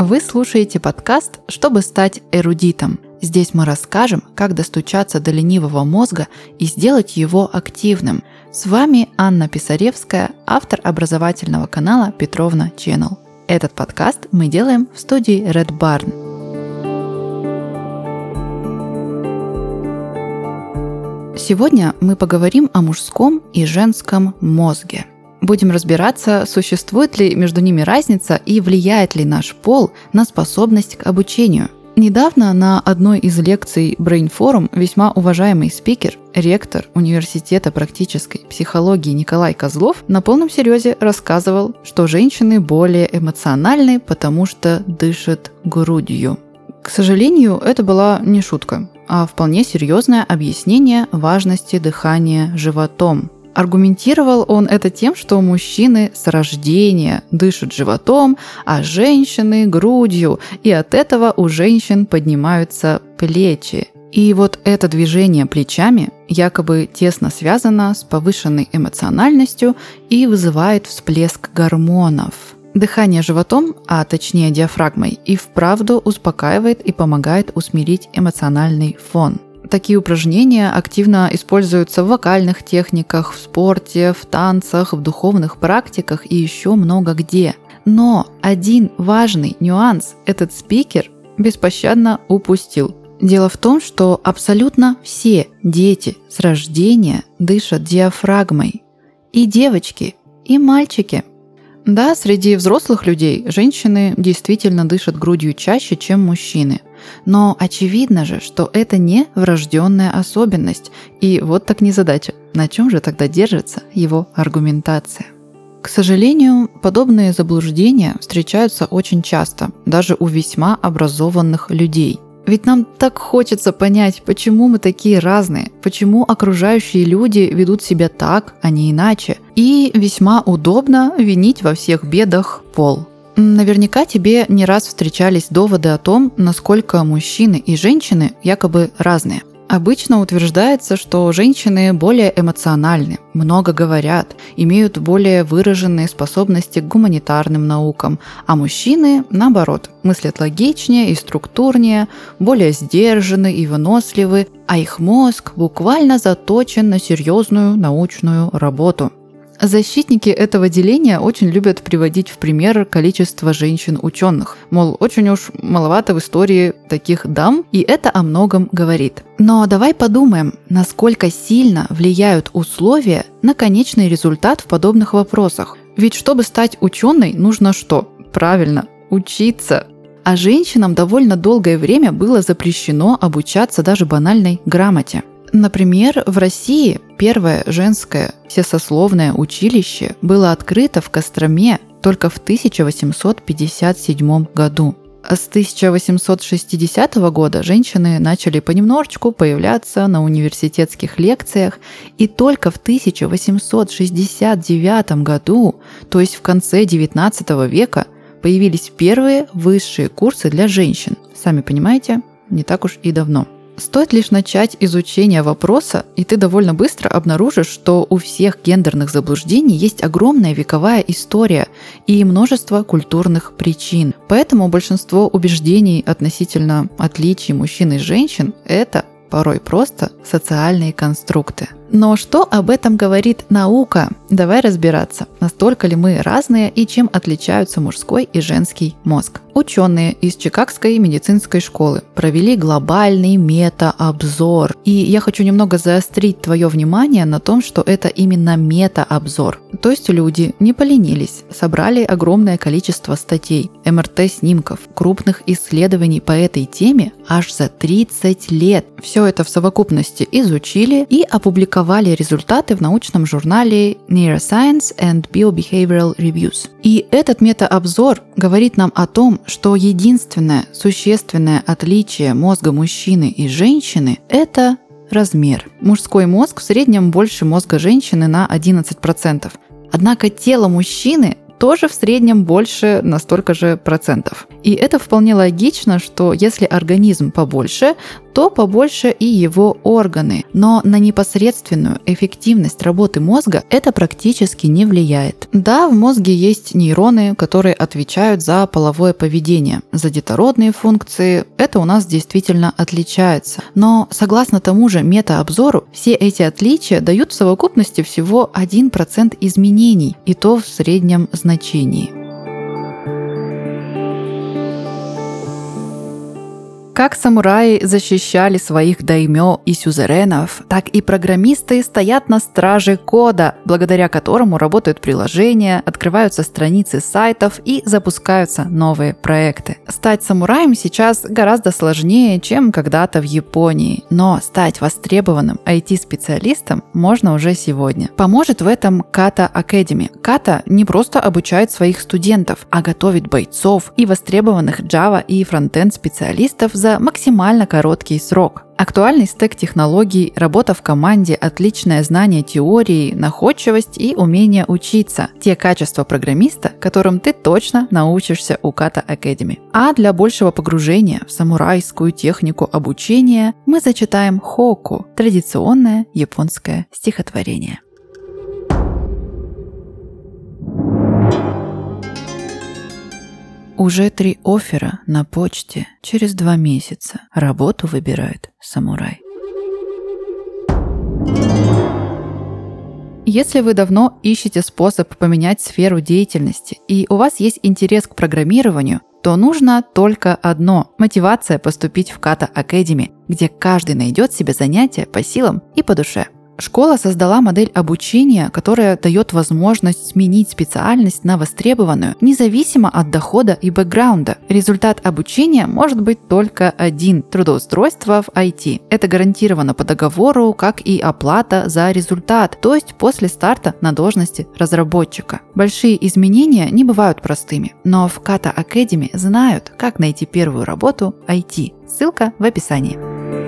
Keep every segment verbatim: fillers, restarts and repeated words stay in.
Вы слушаете подкаст «Чтобы стать эрудитом». Здесь мы расскажем, как достучаться до ленивого мозга и сделать его активным. С вами Анна Писаревская, автор образовательного канала Петровна Channel. Этот подкаст мы делаем в студии Red Barn. Сегодня мы поговорим о мужском и женском мозге. Будем разбираться, существует ли между ними разница и влияет ли наш пол на способность к обучению. Недавно на одной из лекций Brain Forum весьма уважаемый спикер, ректор Университета практической психологии Николай Козлов на полном серьезе рассказывал, что женщины более эмоциональны, потому что дышат грудью. К сожалению, это была не шутка, а вполне серьезное объяснение важности дыхания животом. Аргументировал он это тем, что мужчины с рождения дышат животом, а женщины – грудью, и от этого у женщин поднимаются плечи. И вот это движение плечами якобы тесно связано с повышенной эмоциональностью и вызывает всплеск гормонов. Дыхание животом, а точнее диафрагмой, и вправду успокаивает и помогает усмирить эмоциональный фон. Такие упражнения активно используются в вокальных техниках, в спорте, в танцах, в духовных практиках и еще много где. Но один важный нюанс этот спикер беспощадно упустил. Дело в том, что абсолютно все дети с рождения дышат диафрагмой. И девочки, и мальчики. Да, среди взрослых людей женщины действительно дышат грудью чаще, чем мужчины. Но очевидно же, что это не врожденная особенность. И вот так незадача. На чем же тогда держится его аргументация? К сожалению, подобные заблуждения встречаются очень часто, даже у весьма образованных людей. Ведь нам так хочется понять, почему мы такие разные, почему окружающие люди ведут себя так, а не иначе. И весьма удобно винить во всех бедах пол. Наверняка тебе не раз встречались доводы о том, насколько мужчины и женщины якобы разные. Обычно утверждается, что женщины более эмоциональны, много говорят, имеют более выраженные способности к гуманитарным наукам, а мужчины, наоборот, мыслят логичнее и структурнее, более сдержаны и выносливы, а их мозг буквально заточен на серьезную научную работу. Защитники этого деления очень любят приводить в пример количество женщин-ученых. Мол, очень уж маловато в истории таких дам, и это о многом говорит. Но давай подумаем, насколько сильно влияют условия на конечный результат в подобных вопросах. Ведь чтобы стать ученой, нужно что? Правильно, учиться. А женщинам довольно долгое время было запрещено обучаться даже банальной грамоте. Например, в России первое женское всесословное училище было открыто в Костроме только в тысяча восемьсот пятьдесят седьмом году. А с тысяча восемьсот шестидесятого года женщины начали понемножечку появляться на университетских лекциях, и только в тысяча восемьсот шестьдесят девятом году, то есть в конце девятнадцатого века, появились первые высшие курсы для женщин. Сами понимаете, не так уж и давно. Стоит лишь начать изучение вопроса, и ты довольно быстро обнаружишь, что у всех гендерных заблуждений есть огромная вековая история и множество культурных причин. Поэтому большинство убеждений относительно отличий мужчин и женщин – это порой просто социальные конструкты. Но что об этом говорит наука? Давай разбираться, настолько ли мы разные и чем отличаются мужской и женский мозг. Ученые из Чикагской медицинской школы провели глобальный мета-обзор. И я хочу немного заострить твое внимание на том, что это именно мета-обзор. То есть люди не поленились, собрали огромное количество статей, эм эр тэ-снимков, крупных исследований по этой теме аж за тридцать лет. Все это в совокупности изучили и опубликовали результаты в научном журнале Neuroscience and Biobehavioral Reviews. И этот мета-обзор говорит нам о том, что единственное существенное отличие мозга мужчины и женщины – это размер. Мужской мозг в среднем больше мозга женщины на одиннадцать процентов. Однако тело мужчины тоже в среднем больше на столько же процентов. И это вполне логично, что если организм побольше, то побольше и его органы. Но на непосредственную эффективность работы мозга это практически не влияет. Да, в мозге есть нейроны, которые отвечают за половое поведение, за детородные функции. Это у нас действительно отличается. Но согласно тому же метаобзору, все эти отличия дают в совокупности всего один процент изменений, и то в среднем значении. Как самураи защищали своих даймё и сюзеренов, так и программисты стоят на страже кода, благодаря которому работают приложения, открываются страницы сайтов и запускаются новые проекты. Стать самураем сейчас гораздо сложнее, чем когда-то в Японии, но стать востребованным ай ти-специалистом можно уже сегодня. Поможет в этом Kata Academy. Kata не просто обучает своих студентов, а готовит бойцов и востребованных Java и фронтенд специалистов за максимально короткий срок. Актуальный стек технологий, работа в команде, отличное знание теории, находчивость и умение учиться. Те качества программиста, которым ты точно научишься у Kata Academy. А для большего погружения в самурайскую технику обучения мы зачитаем хоку – традиционное японское стихотворение. Уже три оффера на почте через два месяца. Работу выбирает самурай. Если вы давно ищете способ поменять сферу деятельности и у вас есть интерес к программированию, то нужно только одно – мотивация поступить в Kata Academy, где каждый найдет себе занятие по силам и по душе. Школа создала модель обучения, которая дает возможность сменить специальность на востребованную, независимо от дохода и бэкграунда. Результат обучения может быть только один – трудоустройство в ай ти. Это гарантировано по договору, как и оплата за результат, то есть после старта на должности разработчика. Большие изменения не бывают простыми, но в Kata Academy знают, как найти первую работу ай ти. Ссылка в описании.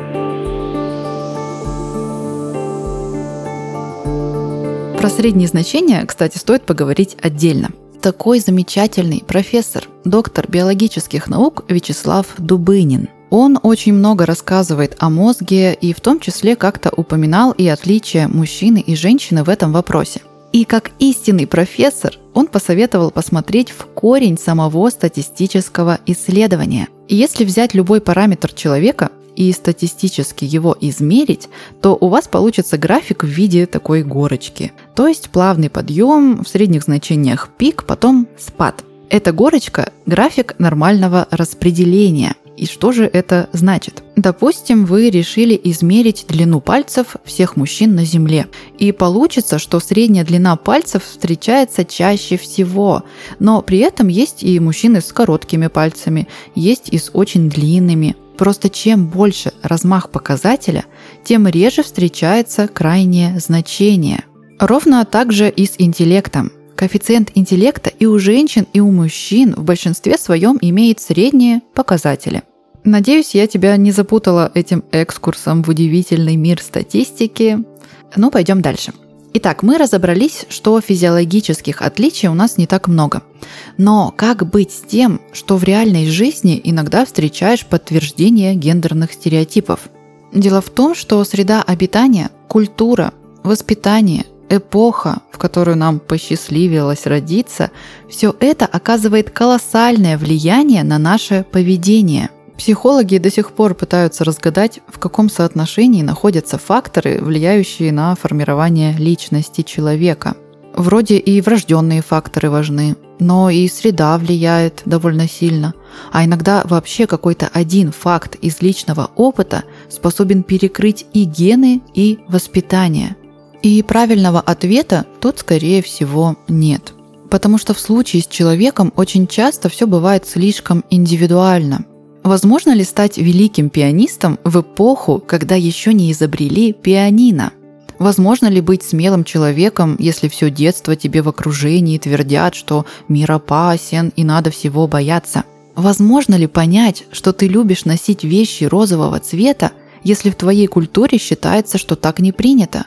Про средние значения, кстати, стоит поговорить отдельно. Такой замечательный профессор, доктор биологических наук Вячеслав Дубынин. Он очень много рассказывает о мозге и в том числе как-то упоминал и отличия мужчины и женщины в этом вопросе. И как истинный профессор он посоветовал посмотреть в корень самого статистического исследования. И если взять любой параметр человека и статистически его измерить, то у вас получится график в виде такой горочки. То есть плавный подъем, в средних значениях пик, потом спад. Эта горочка – график нормального распределения. И что же это значит? Допустим, вы решили измерить длину пальцев всех мужчин на Земле. И получится, что средняя длина пальцев встречается чаще всего. Но при этом есть и мужчины с короткими пальцами, есть и с очень длинными. Просто чем больше размах показателя, тем реже встречается крайнее значение. Ровно так же и с интеллектом. Коэффициент интеллекта и у женщин, и у мужчин в большинстве своем имеет средние показатели. Надеюсь, я тебя не запутала этим экскурсом в удивительный мир статистики. Ну, пойдем дальше. Итак, мы разобрались, что физиологических отличий у нас не так много. Но как быть с тем, что в реальной жизни иногда встречаешь подтверждение гендерных стереотипов? Дело в том, что среда обитания, культура, воспитание, эпоха, в которую нам посчастливилось родиться, все это оказывает колоссальное влияние на наше поведение. Психологи до сих пор пытаются разгадать, в каком соотношении находятся факторы, влияющие на формирование личности человека. Вроде и врожденные факторы важны, но и среда влияет довольно сильно. А иногда вообще какой-то один факт из личного опыта способен перекрыть и гены, и воспитание. И правильного ответа тут, скорее всего, нет. Потому что в случае с человеком очень часто все бывает слишком индивидуально. Возможно ли стать великим пианистом в эпоху, когда еще не изобрели пианино? Возможно ли быть смелым человеком, если все детство тебе в окружении твердят, что мир опасен и надо всего бояться? Возможно ли понять, что ты любишь носить вещи розового цвета, если в твоей культуре считается, что так не принято?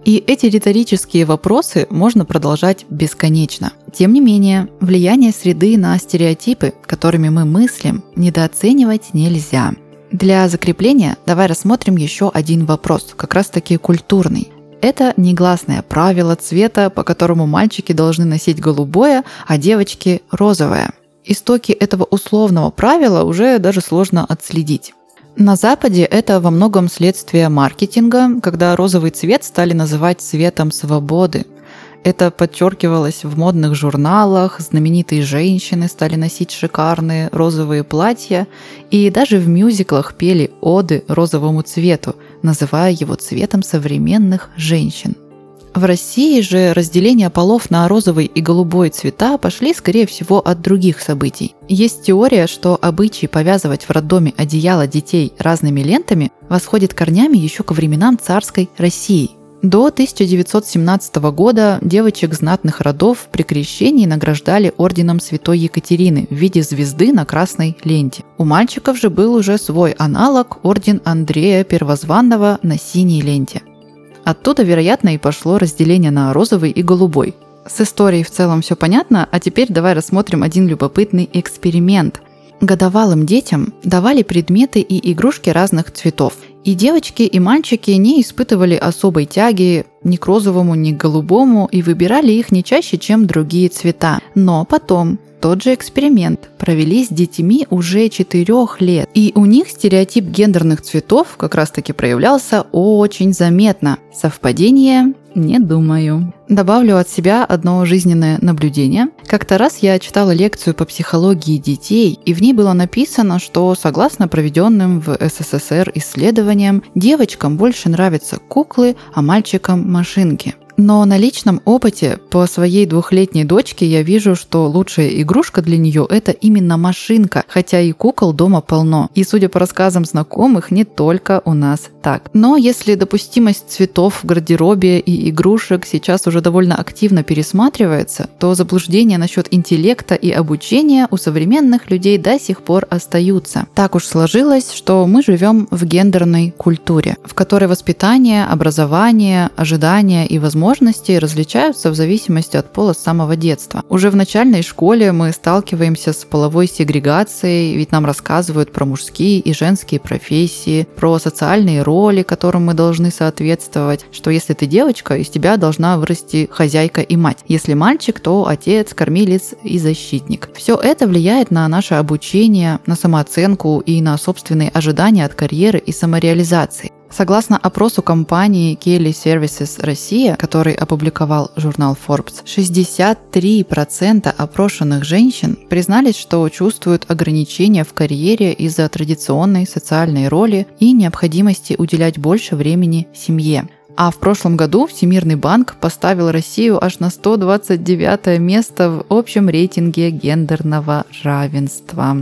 И эти риторические вопросы можно продолжать бесконечно. Тем не менее, влияние среды на стереотипы, которыми мы мыслим, недооценивать нельзя. Для закрепления давай рассмотрим еще один вопрос, как раз-таки культурный. Это негласное правило цвета, по которому мальчики должны носить голубое, а девочки – розовое. Истоки этого условного правила уже даже сложно отследить. На Западе это во многом следствие маркетинга, когда розовый цвет стали называть цветом свободы. Это подчеркивалось в модных журналах, знаменитые женщины стали носить шикарные розовые платья, и даже в мюзиклах пели оды розовому цвету, называя его цветом современных женщин. В России же разделение полов на розовый и голубой цвета пошли, скорее всего, от других событий. Есть теория, что обычай повязывать в роддоме одеяло детей разными лентами восходит корнями еще ко временам царской России. До тысяча девятьсот семнадцатого года девочек знатных родов при крещении награждали орденом Святой Екатерины в виде звезды на красной ленте. У мальчиков же был уже свой аналог – орден Андрея Первозванного на синей ленте. Оттуда, вероятно, и пошло разделение на розовый и голубой. С историей в целом все понятно, а теперь давай рассмотрим один любопытный эксперимент. Годовалым детям давали предметы и игрушки разных цветов. И девочки, и мальчики не испытывали особой тяги ни к розовому, ни к голубому и выбирали их не чаще, чем другие цвета. Но потом тот же эксперимент провели с детьми уже четырёх лет. И у них стереотип гендерных цветов как раз-таки проявлялся очень заметно. Совпадение? Не думаю. Добавлю от себя одно жизненное наблюдение. Как-то раз я читала лекцию по психологии детей, и в ней было написано, что согласно проведенным в эс эс эс эр исследованиям, девочкам больше нравятся куклы, а мальчикам машинки. Но на личном опыте по своей двухлетней дочке я вижу, что лучшая игрушка для нее – это именно машинка, хотя и кукол дома полно. И судя по рассказам знакомых, не только у нас так. Но если допустимость цветов в гардеробе и игрушек сейчас уже довольно активно пересматривается, то заблуждения насчет интеллекта и обучения у современных людей до сих пор остаются. Так уж сложилось, что мы живем в гендерной культуре, в которой воспитание, образование, ожидания и возможности различаются в зависимости от пола с самого детства. Уже в начальной школе мы сталкиваемся с половой сегрегацией, ведь нам рассказывают про мужские и женские профессии, про социальные роли, которым мы должны соответствовать, что если ты девочка, из тебя должна вырасти хозяйка и мать. Если мальчик, то отец, кормилец и защитник. Все это влияет на наше обучение, на самооценку и на собственные ожидания от карьеры и самореализации. Согласно опросу компании Kelly Services Россия, который опубликовал журнал Forbes, шестьдесят три процента опрошенных женщин признались, что чувствуют ограничения в карьере из-за традиционной социальной роли и необходимости уделять больше времени семье. А в прошлом году Всемирный банк поставил Россию аж на сто двадцать девятое место в общем рейтинге гендерного равенства.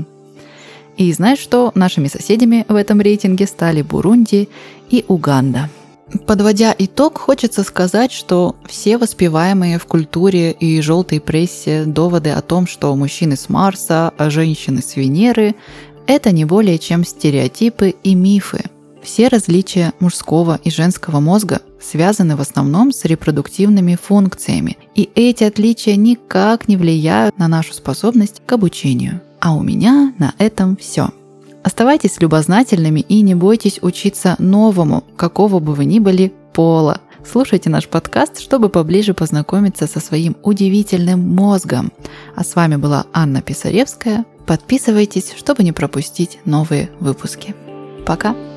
И знаешь что? Нашими соседями в этом рейтинге стали Бурунди и Уганда. Подводя итог, хочется сказать, что все воспеваемые в культуре и желтой прессе доводы о том, что мужчины с Марса, а женщины с Венеры – это не более чем стереотипы и мифы. Все различия мужского и женского мозга связаны в основном с репродуктивными функциями, и эти отличия никак не влияют на нашу способность к обучению. А у меня на этом все. Оставайтесь любознательными и не бойтесь учиться новому, какого бы вы ни были пола. Слушайте наш подкаст, чтобы поближе познакомиться со своим удивительным мозгом. А с вами была Анна Писаревская. Подписывайтесь, чтобы не пропустить новые выпуски. Пока!